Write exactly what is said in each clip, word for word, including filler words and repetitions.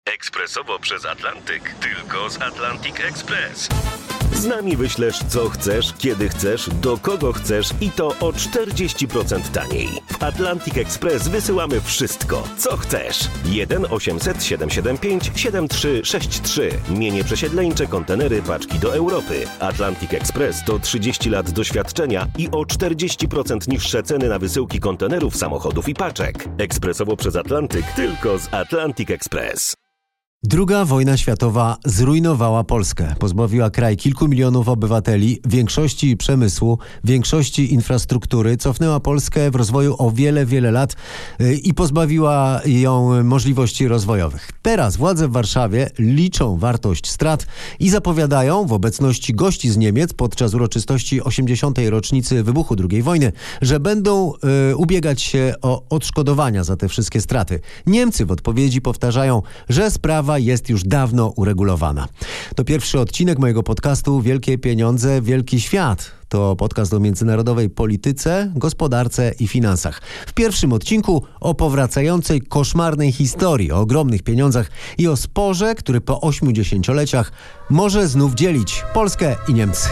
Ekspresowo przez Atlantyk. Tylko z Atlantic Express. Z nami wyślesz co chcesz, kiedy chcesz, do kogo chcesz i to o czterdzieści procent taniej. W Atlantic Express wysyłamy wszystko, co chcesz. jeden osiemset siedemset siedemdziesiąt pięć siedemdziesiąt trzy sześćdziesiąt trzy. Mienie przesiedleńcze, kontenery, paczki do Europy. Atlantic Express to trzydzieści lat doświadczenia i o czterdzieści procent niższe ceny na wysyłki kontenerów, samochodów i paczek. Ekspresowo przez Atlantyk. Tylko z Atlantic Express. Druga wojna światowa zrujnowała Polskę. Pozbawiła kraj kilku milionów obywateli, większości przemysłu, większości infrastruktury. Cofnęła Polskę w rozwoju o wiele, wiele lat i pozbawiła ją możliwości rozwojowych. Teraz władze w Warszawie liczą wartość strat i zapowiadają w obecności gości z Niemiec podczas uroczystości osiemdziesiątej rocznicy wybuchu drugiej wojny, że będą y, ubiegać się o odszkodowania za te wszystkie straty. Niemcy w odpowiedzi powtarzają, że sprawa jest już dawno uregulowana. To pierwszy odcinek mojego podcastu Wielkie Pieniądze, Wielki Świat. To podcast o międzynarodowej polityce, gospodarce i finansach. W pierwszym odcinku o powracającej koszmarnej historii, o ogromnych pieniądzach i o sporze, który po ośmiu dziesięcioleciach może znów dzielić Polskę i Niemcy.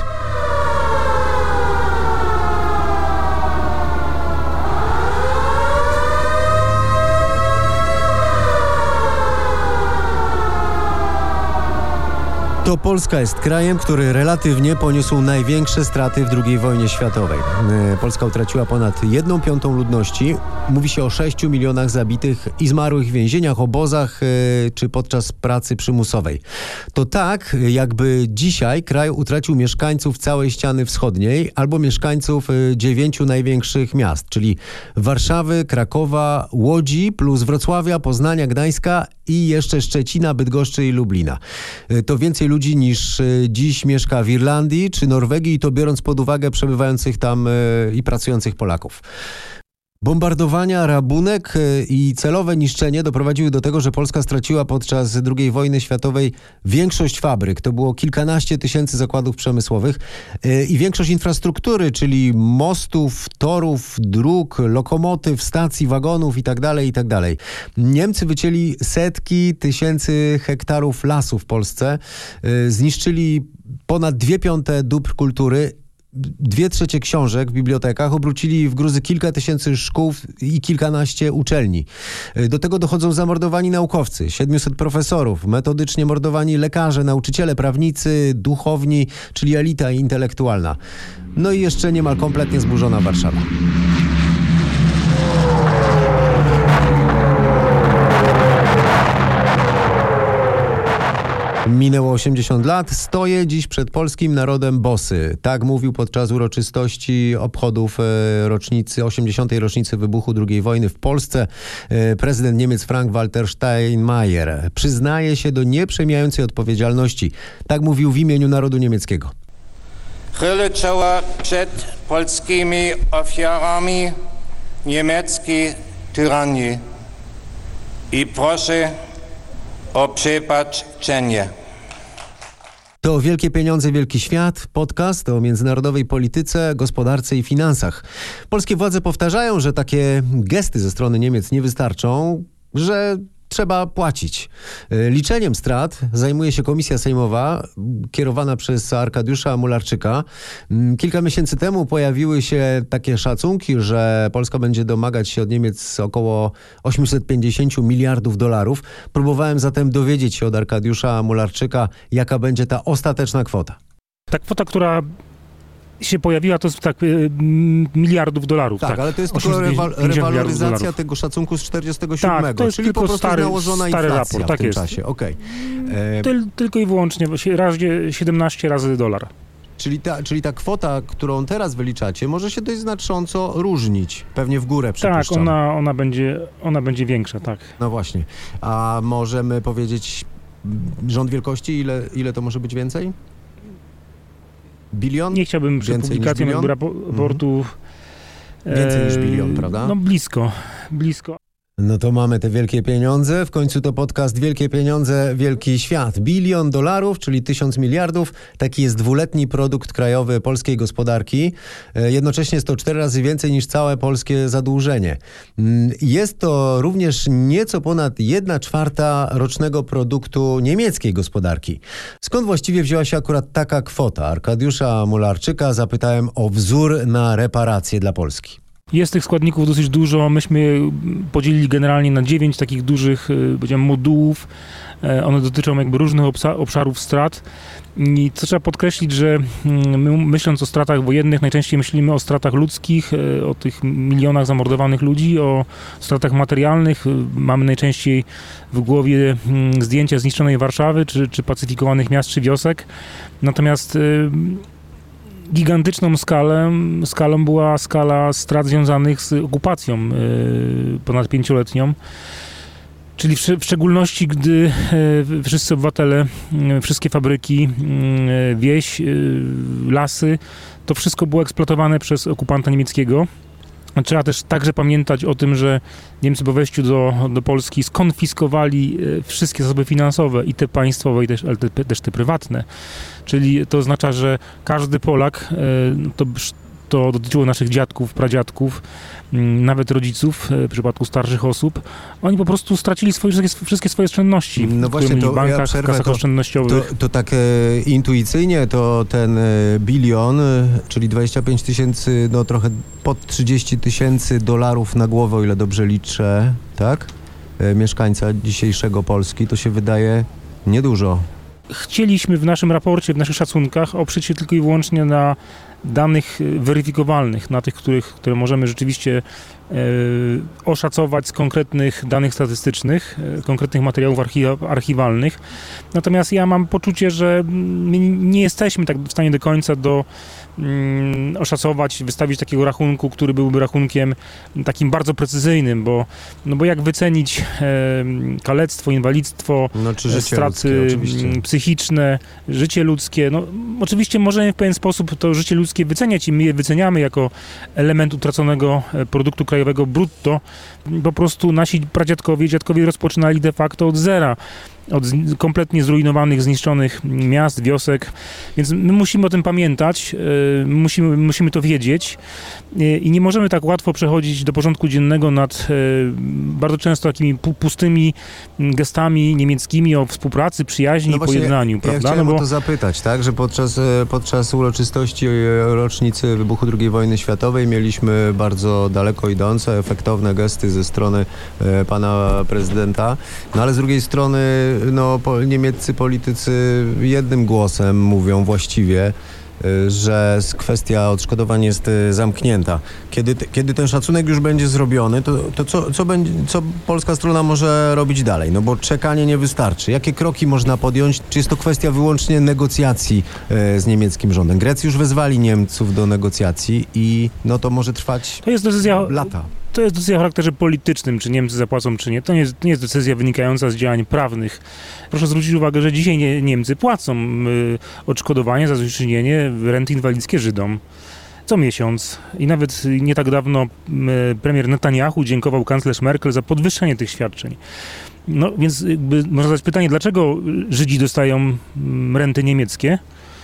To Polska jest krajem, który relatywnie poniósł największe straty w drugiej wojnie światowej. Polska utraciła ponad jedną piątą ludności. Mówi się o sześciu milionach zabitych i zmarłych w więzieniach, obozach czy podczas pracy przymusowej. To tak, jakby dzisiaj kraj utracił mieszkańców całej ściany wschodniej albo mieszkańców dziewięciu największych miast, czyli Warszawy, Krakowa, Łodzi plus Wrocławia, Poznania, Gdańska i jeszcze Szczecina, Bydgoszczy i Lublina. To więcej ludzi niż dziś mieszka w Irlandii czy Norwegii i to biorąc pod uwagę przebywających tam i pracujących Polaków. Bombardowania, rabunek i celowe niszczenie doprowadziły do tego, że Polska straciła podczas drugiej wojny światowej większość fabryk. To było kilkanaście tysięcy zakładów przemysłowych i większość infrastruktury, czyli mostów, torów, dróg, lokomotyw, stacji, wagonów itd., itd. Niemcy wycięli setki tysięcy hektarów lasów w Polsce, zniszczyli ponad dwie piąte dóbr kultury, dwie trzecie książek w bibliotekach, obrócili w gruzy kilka tysięcy szkół i kilkanaście uczelni. Do tego dochodzą zamordowani naukowcy, siedmiuset profesorów, metodycznie mordowani lekarze, nauczyciele, prawnicy, duchowni, czyli elita intelektualna. No i jeszcze niemal kompletnie zburzona Warszawa. Minęło osiemdziesiąt lat, stoję dziś przed polskim narodem bosy. Tak mówił podczas uroczystości obchodów rocznicy, osiemdziesiątej rocznicy wybuchu drugiej wojny w Polsce prezydent Niemiec Frank-Walter Steinmeier. Przyznaje się do nieprzemijającej odpowiedzialności. Tak mówił w imieniu narodu niemieckiego. Chylę czoła przed polskimi ofiarami niemieckiej tyranii i proszę o przebaczenie. To Wielkie Pieniądze, Wielki Świat, podcast o międzynarodowej polityce, gospodarce i finansach. Polskie władze powtarzają, że takie gesty ze strony Niemiec nie wystarczą, że trzeba płacić. Liczeniem strat zajmuje się Komisja Sejmowa, kierowana przez Arkadiusza Mularczyka. Kilka miesięcy temu pojawiły się takie szacunki, że Polska będzie domagać się od Niemiec około osiemset pięćdziesiąt miliardów dolarów. Próbowałem zatem dowiedzieć się od Arkadiusza Mularczyka, jaka będzie ta ostateczna kwota. Ta kwota, która się pojawiła, to jest tak miliardów dolarów. Tak, tak, ale to jest tylko rewal- rewaloryzacja tego szacunku z czterdziestego siódmego, tak, to jest czyli tylko po prostu stary, nałożona stary inflacja raport, tak w tym jest. czasie. Okay. E... Tyl, tylko i wyłącznie, razie siedemnaście razy dolar. Czyli ta, czyli ta kwota, którą teraz wyliczacie, może się dość znacząco różnić. Pewnie w górę przypuszczam. Tak, ona, ona, będzie, ona będzie większa, tak. No właśnie. A możemy powiedzieć rząd wielkości, ile, ile to może być więcej? Bilion? Nie chciałbym przed publikacją jakby raportu... Mhm. Więcej niż bilion, prawda? No blisko, blisko. No to mamy te wielkie pieniądze. W końcu to podcast Wielkie Pieniądze, Wielki Świat. Bilion dolarów, czyli tysiąc miliardów. Taki jest dwuletni produkt krajowy polskiej gospodarki. Jednocześnie jest to cztery razy więcej niż całe polskie zadłużenie. Jest to również nieco ponad jedna czwarta rocznego produktu niemieckiej gospodarki. Skąd właściwie wzięła się akurat taka kwota? Arkadiusza Mularczyka zapytałem o wzór na reparacje dla Polski. Jest tych składników dosyć dużo. Myśmy podzielili generalnie na dziewięć takich dużych, powiedziałem, modułów. One dotyczą jakby różnych obszarów strat. I co trzeba podkreślić, że my, myśląc o stratach wojennych, najczęściej myślimy o stratach ludzkich, o tych milionach zamordowanych ludzi, o stratach materialnych. Mamy najczęściej w głowie zdjęcia zniszczonej Warszawy, czy, czy pacyfikowanych miast, czy wiosek. Natomiast gigantyczną skalę, skalą była skala strat związanych z okupacją yy, ponad pięcioletnią. Czyli w, w szczególności, gdy yy, wszyscy obywatele, yy, wszystkie fabryki, yy, wieś, yy, lasy, to wszystko było eksploatowane przez okupanta niemieckiego. Trzeba też także pamiętać o tym, że Niemcy po wejściu do, do Polski skonfiskowali wszystkie zasoby finansowe, i te państwowe, i też, ale te, też te prywatne. Czyli to oznacza, że każdy Polak, to, to dotyczyło naszych dziadków, pradziadków, nawet rodziców, w przypadku starszych osób, oni po prostu stracili swoje, wszystkie swoje oszczędności, no właśnie, które mieli to w bankach, ja przerwę, kasach to, oszczędnościowych. To, to tak e, intuicyjnie, to ten e, bilion, e, czyli dwadzieścia pięć tysięcy, no trochę pod trzydzieści tysięcy dolarów na głowę, o ile dobrze liczę, tak? E, mieszkańca dzisiejszego Polski, to się wydaje niedużo. Chcieliśmy w naszym raporcie, w naszych szacunkach oprzeć się tylko i wyłącznie na danych weryfikowalnych, na tych, których, które możemy rzeczywiście e, oszacować z konkretnych danych statystycznych, e, konkretnych materiałów archi- archiwalnych. Natomiast ja mam poczucie, że my nie jesteśmy tak w stanie do końca do mm, oszacować, wystawić takiego rachunku, który byłby rachunkiem takim bardzo precyzyjnym, bo, no bo jak wycenić e, kalectwo, inwalidztwo, no, czy życie straty ludzkie, psychiczne, życie ludzkie. No, oczywiście możemy w pewien sposób to życie ludzkie wyceniać i my je wyceniamy jako element utraconego produktu krajowego brutto. Po prostu nasi pradziadkowie i dziadkowie rozpoczynali de facto od zera, od kompletnie zrujnowanych, zniszczonych miast, wiosek, więc my musimy o tym pamiętać, musimy, musimy to wiedzieć i nie możemy tak łatwo przechodzić do porządku dziennego nad bardzo często takimi pustymi gestami niemieckimi o współpracy, przyjaźni i no pojednaniu, ja, prawda? Ja chciałem no bo... o to zapytać, tak, że podczas, podczas uroczystości rocznicy wybuchu drugiej wojny światowej mieliśmy bardzo daleko idące, efektowne gesty ze strony pana prezydenta, no ale z drugiej strony no, po, niemieccy politycy jednym głosem mówią właściwie, że kwestia odszkodowań jest zamknięta. Kiedy, kiedy ten szacunek już będzie zrobiony, to, to co, co, będzie, co polska strona może robić dalej? No bo czekanie nie wystarczy. Jakie kroki można podjąć? Czy jest to kwestia wyłącznie negocjacji e, z niemieckim rządem? Grecy już wezwali Niemców do negocjacji i no to może trwać to jest decyzja, lata. To jest decyzja o charakterze politycznym, czy Niemcy zapłacą, czy nie. To nie jest, to nie jest decyzja wynikająca z działań prawnych. Proszę zwrócić uwagę, że dzisiaj nie, Niemcy płacą y, odszkodowanie za zadośćuczynienie renty inwalidzkie Żydom. Co miesiąc. I nawet nie tak dawno y, premier Netanyahu dziękował kanclerz Merkel za podwyższenie tych świadczeń. No więc jakby można zadać pytanie, dlaczego Żydzi dostają y, renty niemieckie?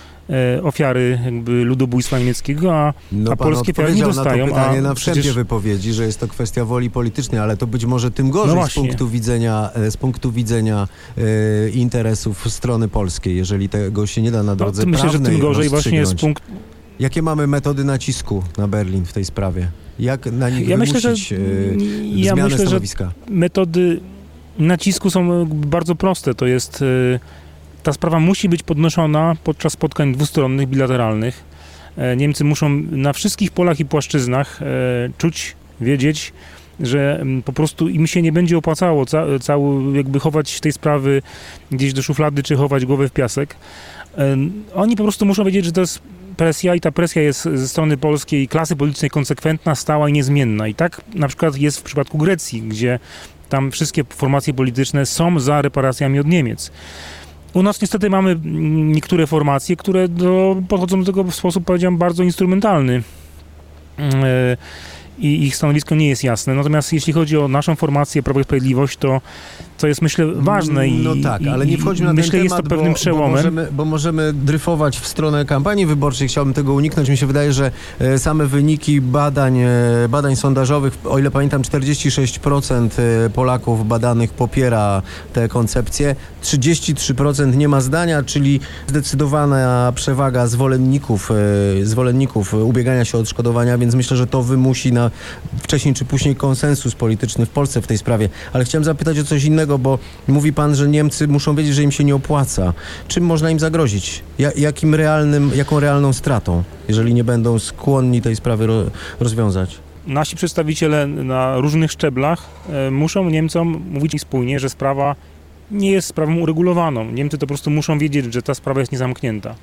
Ofiary jakby ludobójstwa niemieckiego, a, no a polskie ofiary nie dostają. Na to pytanie a na wstępie przecież... wypowiedzi, że jest to kwestia woli politycznej, ale to być może tym gorzej no z punktu widzenia, z punktu widzenia e, interesów strony polskiej, jeżeli tego się nie da na drodze no, myślę, prawnej że tym gorzej właśnie z punktu... Jakie mamy metody nacisku na Berlin w tej sprawie? Jak na nich ja wymusić myślę, że, e, ja zmianę myślę, stanowiska? Że metody nacisku są bardzo proste. To jest... E, Ta sprawa musi być podnoszona podczas spotkań dwustronnych, bilateralnych. Niemcy muszą na wszystkich polach i płaszczyznach czuć, wiedzieć, że po prostu im się nie będzie opłacało ca- cały, jakby chować tej sprawy gdzieś do szuflady, czy chować głowę w piasek. Oni po prostu muszą wiedzieć, że to jest presja i ta presja jest ze strony polskiej klasy politycznej konsekwentna, stała i niezmienna. I tak na przykład jest w przypadku Grecji, gdzie tam wszystkie formacje polityczne są za reparacjami od Niemiec. U nas niestety mamy niektóre formacje, które do, podchodzą do tego w sposób, powiedziałem, bardzo instrumentalny. i ich stanowisko nie jest jasne. Natomiast jeśli chodzi o naszą formację Prawo i Sprawiedliwość, to to jest, myślę, ważne i, no tak, i, ale nie wchodźmy na ten myślę, temat, jest to pewnym bo, przełomem. Bo możemy, bo możemy dryfować w stronę kampanii wyborczej. Chciałbym tego uniknąć. Mi się wydaje, że e, same wyniki badań, e, badań sondażowych, o ile pamiętam, czterdzieści sześć procent Polaków badanych popiera tę koncepcję, trzydzieści trzy procent nie ma zdania, czyli zdecydowana przewaga zwolenników, e, zwolenników ubiegania się o odszkodowania, więc myślę, że to wymusi na wcześniej czy później konsensus polityczny w Polsce w tej sprawie. Ale chciałem zapytać o coś innego, bo mówi pan, że Niemcy muszą wiedzieć, że im się nie opłaca. Czym można im zagrozić? Ja, jakim realnym, jaką realną stratą, jeżeli nie będą skłonni tej sprawy ro, rozwiązać? Nasi przedstawiciele na różnych szczeblach e, muszą Niemcom mówić spójnie, że sprawa nie jest sprawą uregulowaną. Niemcy to po prostu muszą wiedzieć, że ta sprawa jest niezamknięta.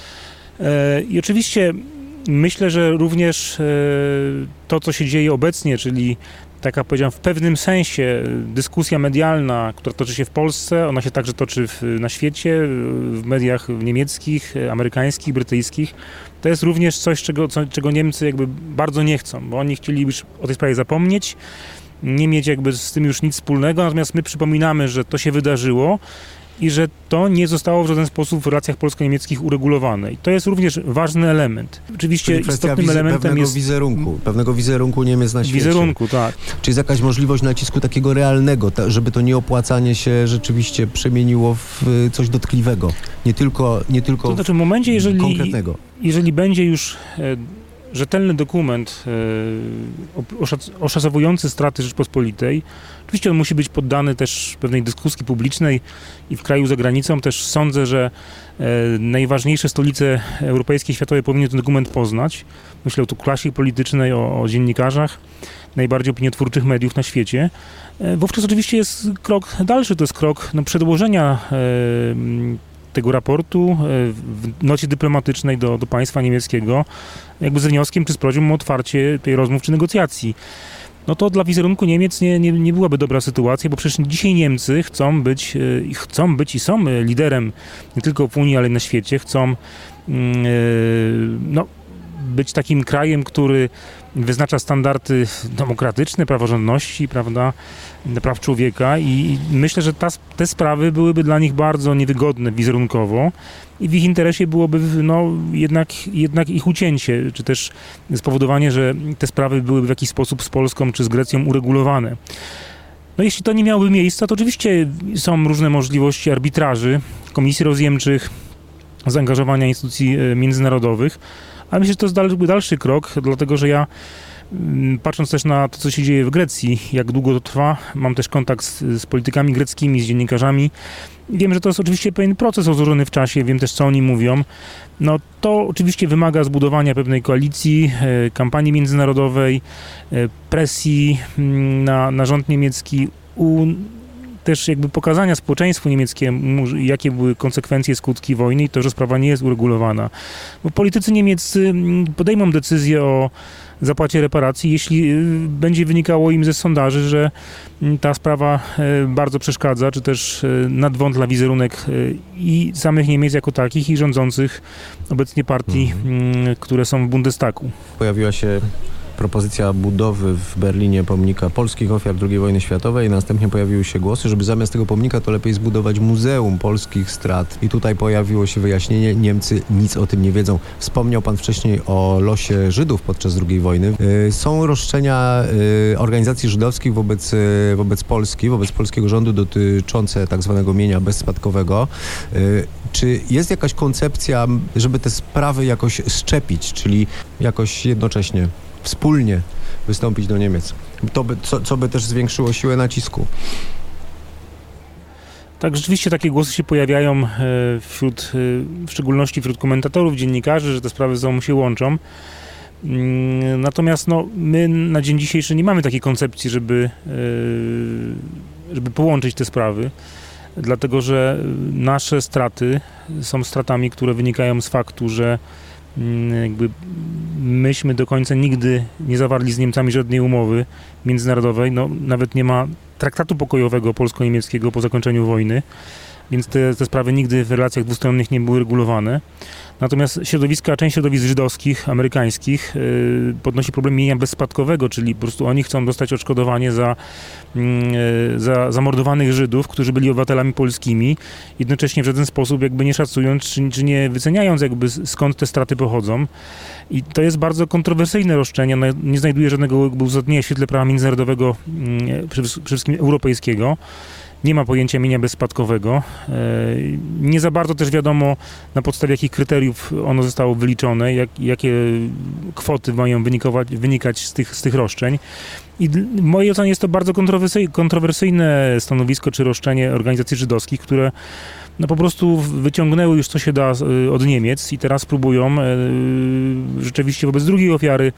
E, I oczywiście myślę, że również e, to, co się dzieje obecnie, czyli taka, powiedziałem, w pewnym sensie dyskusja medialna, która toczy się w Polsce, ona się także toczy w, na świecie, w mediach niemieckich, amerykańskich, brytyjskich. To jest również coś, czego, co, czego Niemcy jakby bardzo nie chcą, bo oni chcieli już o tej sprawie zapomnieć, nie mieć jakby z tym już nic wspólnego, natomiast my przypominamy, że to się wydarzyło i że to nie zostało w żaden sposób w relacjach polsko-niemieckich uregulowane. I to jest również ważny element. Oczywiście istotnym wizy- elementem pewnego jest... wizerunku, pewnego wizerunku Niemiec na świecie. Wizerunku, tak. Czy jest jakaś możliwość nacisku takiego realnego, ta, żeby to nieopłacanie się rzeczywiście przemieniło w coś dotkliwego, nie tylko, nie tylko To znaczy w momencie, jeżeli, konkretnego? jeżeli będzie już e, rzetelny dokument e, oszac- oszacowujący straty Rzeczpospolitej, oczywiście on musi być poddany też pewnej dyskusji publicznej i w kraju, za granicą. Też sądzę, że e, najważniejsze stolice europejskie i światowe powinny ten dokument poznać. Myślę o tu klasie politycznej, o, o dziennikarzach, najbardziej opiniotwórczych mediów na świecie. E, wówczas oczywiście jest krok dalszy, to jest krok no, przedłożenia e, tego raportu w nocie dyplomatycznej do, do państwa niemieckiego, jakby z wnioskiem czy z prośbą o otwarcie tej rozmów czy negocjacji. No to dla wizerunku Niemiec nie, nie, nie byłaby dobra sytuacja, bo przecież dzisiaj Niemcy chcą być, chcą być i są liderem nie tylko w Unii, ale i na świecie. Chcą no, być takim krajem, który wyznacza standardy demokratyczne, praworządności, prawda, praw człowieka i myślę, że ta, te sprawy byłyby dla nich bardzo niewygodne wizerunkowo i w ich interesie byłoby no, jednak, jednak ich ucięcie, czy też spowodowanie, że te sprawy byłyby w jakiś sposób z Polską czy z Grecją uregulowane. No jeśli to nie miałoby miejsca, to oczywiście są różne możliwości arbitraży, komisji rozjemczych, zaangażowania instytucji międzynarodowych, ale myślę, że to jest dal, dalszy krok, dlatego że ja, patrząc też na to, co się dzieje w Grecji, jak długo to trwa, mam też kontakt z, z politykami greckimi, z dziennikarzami. Wiem, że to jest oczywiście pewien proces rozłożony w czasie, wiem też, co oni mówią. No to oczywiście wymaga zbudowania pewnej koalicji, e, kampanii międzynarodowej, e, presji na, na rząd niemiecki, u, też jakby pokazania społeczeństwu niemieckiemu, jakie były konsekwencje, skutki wojny i to, że sprawa nie jest uregulowana. Bo politycy niemieccy podejmą decyzję o zapłacie reparacji, jeśli będzie wynikało im ze sondaży, że ta sprawa bardzo przeszkadza, czy też nadwątla wizerunek i samych Niemiec jako takich, i rządzących obecnie partii, mhm. które są w Bundestagu. Pojawiła się propozycja budowy w Berlinie pomnika polskich ofiar drugiej wojny światowej. Następnie pojawiły się głosy, żeby zamiast tego pomnika to lepiej zbudować Muzeum Polskich Strat. I tutaj pojawiło się wyjaśnienie, Niemcy nic o tym nie wiedzą. Wspomniał pan wcześniej o losie Żydów podczas drugiej wojny. Yy, są roszczenia yy, organizacji żydowskich wobec, yy, wobec Polski, wobec polskiego rządu dotyczące tak zwanego mienia bezspadkowego. Yy, Czy jest jakaś koncepcja, żeby te sprawy jakoś szczepić, czyli jakoś jednocześnie wspólnie wystąpić do Niemiec? To by, co, co by też zwiększyło siłę nacisku. Tak, rzeczywiście takie głosy się pojawiają wśród, w szczególności wśród komentatorów, dziennikarzy, że te sprawy ze sobą się łączą. Natomiast no, my na dzień dzisiejszy nie mamy takiej koncepcji, żeby, żeby połączyć te sprawy. Dlatego, że nasze straty są stratami, które wynikają z faktu, że jakby myśmy do końca nigdy nie zawarli z Niemcami żadnej umowy międzynarodowej. No, nawet nie ma traktatu pokojowego polsko-niemieckiego po zakończeniu wojny. więc te, te sprawy nigdy w relacjach dwustronnych nie były regulowane. Natomiast środowiska, część środowisk żydowskich, amerykańskich yy, podnosi problem mienia bezspadkowego, czyli po prostu oni chcą dostać odszkodowanie za, yy, za zamordowanych Żydów, którzy byli obywatelami polskimi, jednocześnie w żaden sposób jakby nie szacując, czy, czy nie wyceniając jakby skąd te straty pochodzą. I to jest bardzo kontrowersyjne roszczenie, no, nie znajduje żadnego jakby uzasadnienia w świetle prawa międzynarodowego, yy, przede wszystkim europejskiego. Nie ma pojęcia mienia bezspadkowego. Nie za bardzo też wiadomo, na podstawie jakich kryteriów ono zostało wyliczone, jak, jakie kwoty mają wynikować, wynikać z tych, z tych roszczeń. I w mojej ocenie jest to bardzo kontrowersyjne stanowisko czy roszczenie organizacji żydowskich, które no po prostu wyciągnęły już co się da od Niemiec i teraz próbują rzeczywiście wobec drugiej ofiary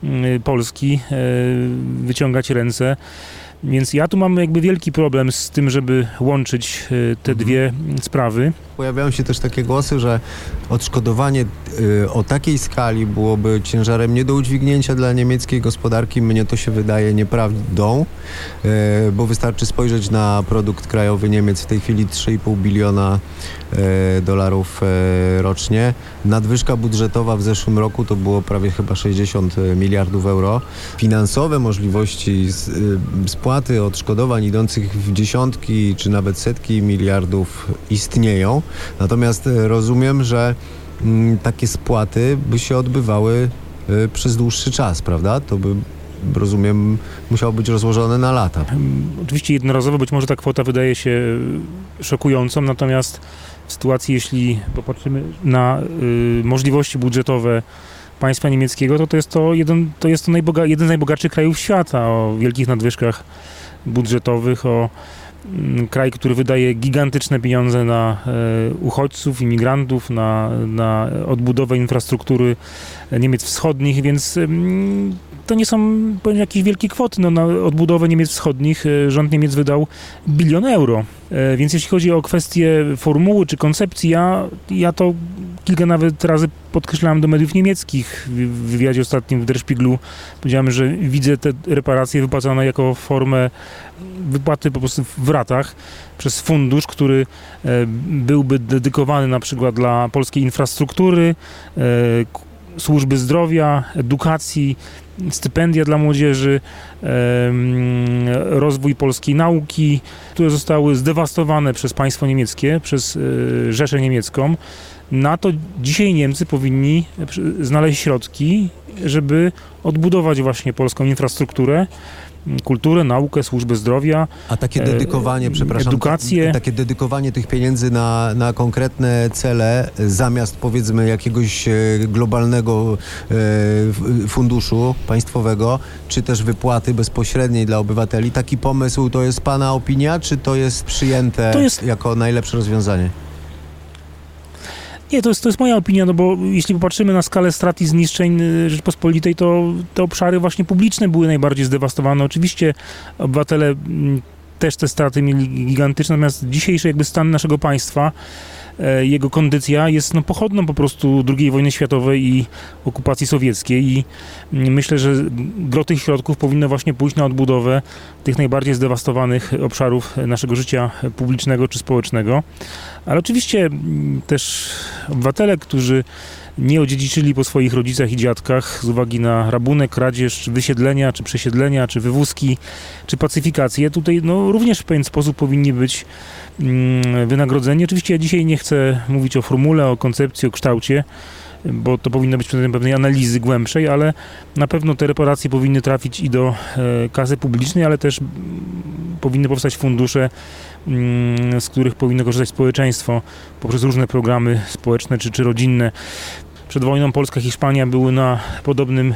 Polski wyciągać ręce. Więc ja tu mam jakby wielki problem z tym, żeby łączyć te dwie sprawy. Pojawiają się też takie głosy, że odszkodowanie y, o takiej skali byłoby ciężarem nie do udźwignięcia dla niemieckiej gospodarki. Mnie to się wydaje nieprawdą, y, bo wystarczy spojrzeć na produkt krajowy Niemiec w tej chwili trzy i pół biliona y, dolarów y, rocznie. Nadwyżka budżetowa w zeszłym roku to było prawie chyba sześćdziesiąt miliardów euro. Finansowe możliwości z, y, spłaty odszkodowań idących w dziesiątki czy nawet setki miliardów istnieją. Natomiast rozumiem, że m, takie spłaty by się odbywały y, przez dłuższy czas, prawda? To by, rozumiem, musiało być rozłożone na lata. Oczywiście jednorazowo być może ta kwota wydaje się szokującą, natomiast w sytuacji, jeśli popatrzymy na y, możliwości budżetowe państwa niemieckiego, to to jest to, jeden, to jest to najboga, jeden z najbogatszych krajów świata o wielkich nadwyżkach budżetowych, o kraj, który wydaje gigantyczne pieniądze na e, uchodźców, imigrantów, na, na odbudowę infrastruktury Niemiec wschodnich, więc e, to nie są powiem, jakieś wielkie kwoty. No, na odbudowę Niemiec wschodnich e, rząd Niemiec wydał bilion euro. E, więc jeśli chodzi o kwestię formuły czy koncepcji, ja, ja to kilka nawet razy podkreślałem do mediów niemieckich. W wywiadzie ostatnim w Der Spiegelu powiedziałem, że widzę te reparacje wypłacane jako formę wypłaty po prostu w ratach przez fundusz, który byłby dedykowany na przykład dla polskiej infrastruktury, służby zdrowia, edukacji, stypendia dla młodzieży, rozwój polskiej nauki, które zostały zdewastowane przez państwo niemieckie, przez Rzeszę Niemiecką. Na to dzisiaj Niemcy powinni znaleźć środki, żeby odbudować właśnie polską infrastrukturę, kulturę, naukę, służbę zdrowia. A takie dedykowanie, e, przepraszam, edukację. Takie dedykowanie tych pieniędzy na, na konkretne cele zamiast powiedzmy jakiegoś globalnego e, funduszu państwowego, czy też wypłaty bezpośredniej dla obywateli, taki pomysł to jest pana opinia, czy to jest przyjęte to jest... jako najlepsze rozwiązanie? Nie, to jest, to jest moja opinia, no bo jeśli popatrzymy na skalę strat i zniszczeń Rzeczpospolitej, to te obszary właśnie publiczne były najbardziej zdewastowane. Oczywiście obywatele też te straty mieli gigantyczne, natomiast dzisiejszy jakby stan naszego państwa, jego kondycja jest no, pochodną po prostu drugiej wojny światowej i okupacji sowieckiej i myślę, że gro tych środków powinno właśnie pójść na odbudowę tych najbardziej zdewastowanych obszarów naszego życia publicznego czy społecznego. Ale oczywiście też obywatele, którzy nie odziedziczyli po swoich rodzicach i dziadkach z uwagi na rabunek, kradzież, czy wysiedlenia, czy przesiedlenia, czy wywózki, czy pacyfikację, tutaj no, również w pewien sposób powinni być mm, wynagrodzeni. Oczywiście ja dzisiaj nie chcę mówić o formule, o koncepcji, o kształcie, bo to powinno być przedmiotem pewnej analizy głębszej, ale na pewno te reparacje powinny trafić i do e, kasy publicznej, ale też m, powinny powstać fundusze, m, z których powinno korzystać społeczeństwo poprzez różne programy społeczne czy, czy rodzinne. Przed wojną Polska i Hiszpania były na podobnym,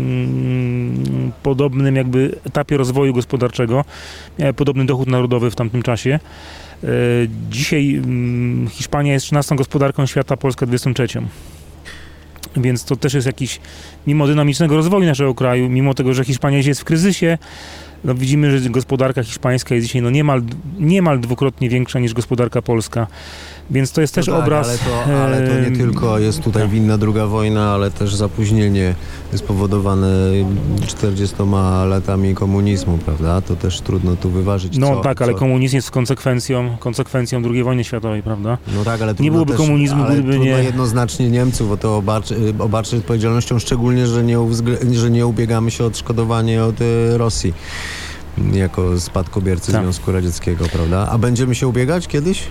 mm, podobnym jakby etapie rozwoju gospodarczego. Miały podobny dochód narodowy w tamtym czasie. E, dzisiaj mm, Hiszpania jest trzynastą gospodarką świata, Polska dwudziestą trzecią. Więc to też jest jakiś, mimo dynamicznego rozwoju naszego kraju, mimo tego, że Hiszpania jest w kryzysie, No widzimy, że gospodarka hiszpańska jest dzisiaj no niemal, niemal dwukrotnie większa niż gospodarka polska. Więc to jest też no tak, obraz... Ale to, ale to nie tylko jest tutaj winna druga wojna, ale też zapóźnienie spowodowane czterdziestoma latami komunizmu, prawda? To też trudno tu wyważyć. No co, tak, ale co... komunizm jest konsekwencją, konsekwencją drugiej wojny światowej, prawda? No tak, ale nie byłoby też, komunizmu, ale gdyby trudno nie... jednoznacznie Niemców o to obarczy, obarczyć odpowiedzialnością, szczególnie, że nie, uwzglę- że nie ubiegamy się o odszkodowanie od y, Rosji jako spadkobiercy tak. Związku Radzieckiego, prawda? A będziemy się ubiegać kiedyś?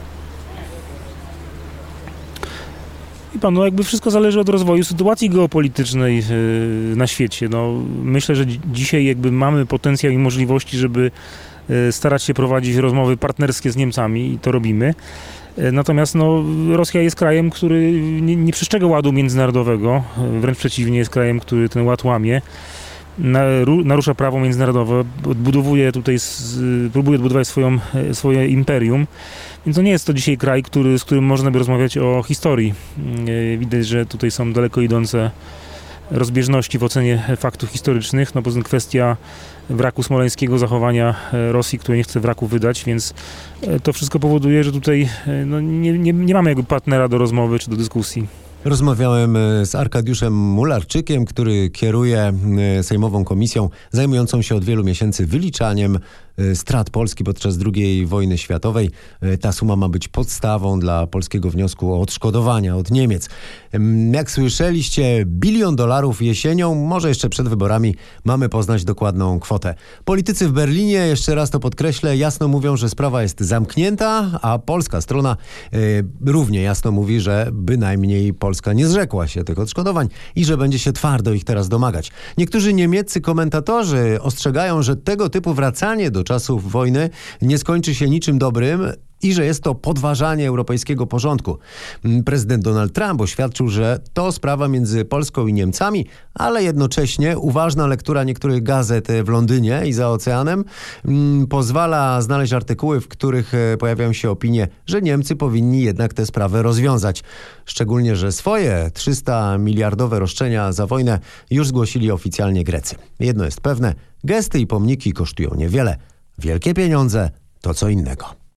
I pan, no jakby wszystko zależy od rozwoju sytuacji geopolitycznej yy, na świecie. No, myślę, że dzi- dzisiaj jakby mamy potencjał i możliwości, żeby yy, starać się prowadzić rozmowy partnerskie z Niemcami i to robimy. Yy, natomiast no, Rosja jest krajem, który nie, nie przestrzega ładu międzynarodowego, yy, wręcz przeciwnie, jest krajem, który ten ład łamie. Narusza prawo międzynarodowe, odbudowuje tutaj, próbuje odbudować swoją, swoje imperium. Więc to nie jest to dzisiaj kraj, który, z którym można by rozmawiać o historii. Widać, że tutaj są daleko idące rozbieżności w ocenie faktów historycznych. No poza tym kwestia wraku smoleńskiego, zachowania Rosji, które nie chce wraku wydać, więc to wszystko powoduje, że tutaj no, nie, nie, nie mamy jakby partnera do rozmowy czy do dyskusji. Rozmawiałem z Arkadiuszem Mularczykiem, który kieruje Sejmową Komisją zajmującą się od wielu miesięcy wyliczaniem strat Polski podczas drugiej wojny światowej. Ta suma ma być podstawą dla polskiego wniosku o odszkodowania od Niemiec. Jak słyszeliście, bilion dolarów jesienią, może jeszcze przed wyborami, mamy poznać dokładną kwotę. Politycy w Berlinie, jeszcze raz to podkreślę, jasno mówią, że sprawa jest zamknięta, a polska strona y, równie jasno mówi, że bynajmniej Polska nie zrzekła się tych odszkodowań i że będzie się twardo ich teraz domagać. Niektórzy niemieccy komentatorzy ostrzegają, że tego typu wracanie do czasów wojny nie skończy się niczym dobrym i że jest to podważanie europejskiego porządku. Prezydent Donald Trump oświadczył, że to sprawa między Polską i Niemcami, ale jednocześnie uważna lektura niektórych gazet w Londynie i za oceanem mm, pozwala znaleźć artykuły, w których pojawiają się opinie, że Niemcy powinni jednak tę sprawę rozwiązać. Szczególnie, że swoje trzysta miliardowe roszczenia za wojnę już zgłosili oficjalnie Grecy. Jedno jest pewne, gesty i pomniki kosztują niewiele. Wielkie pieniądze to co innego.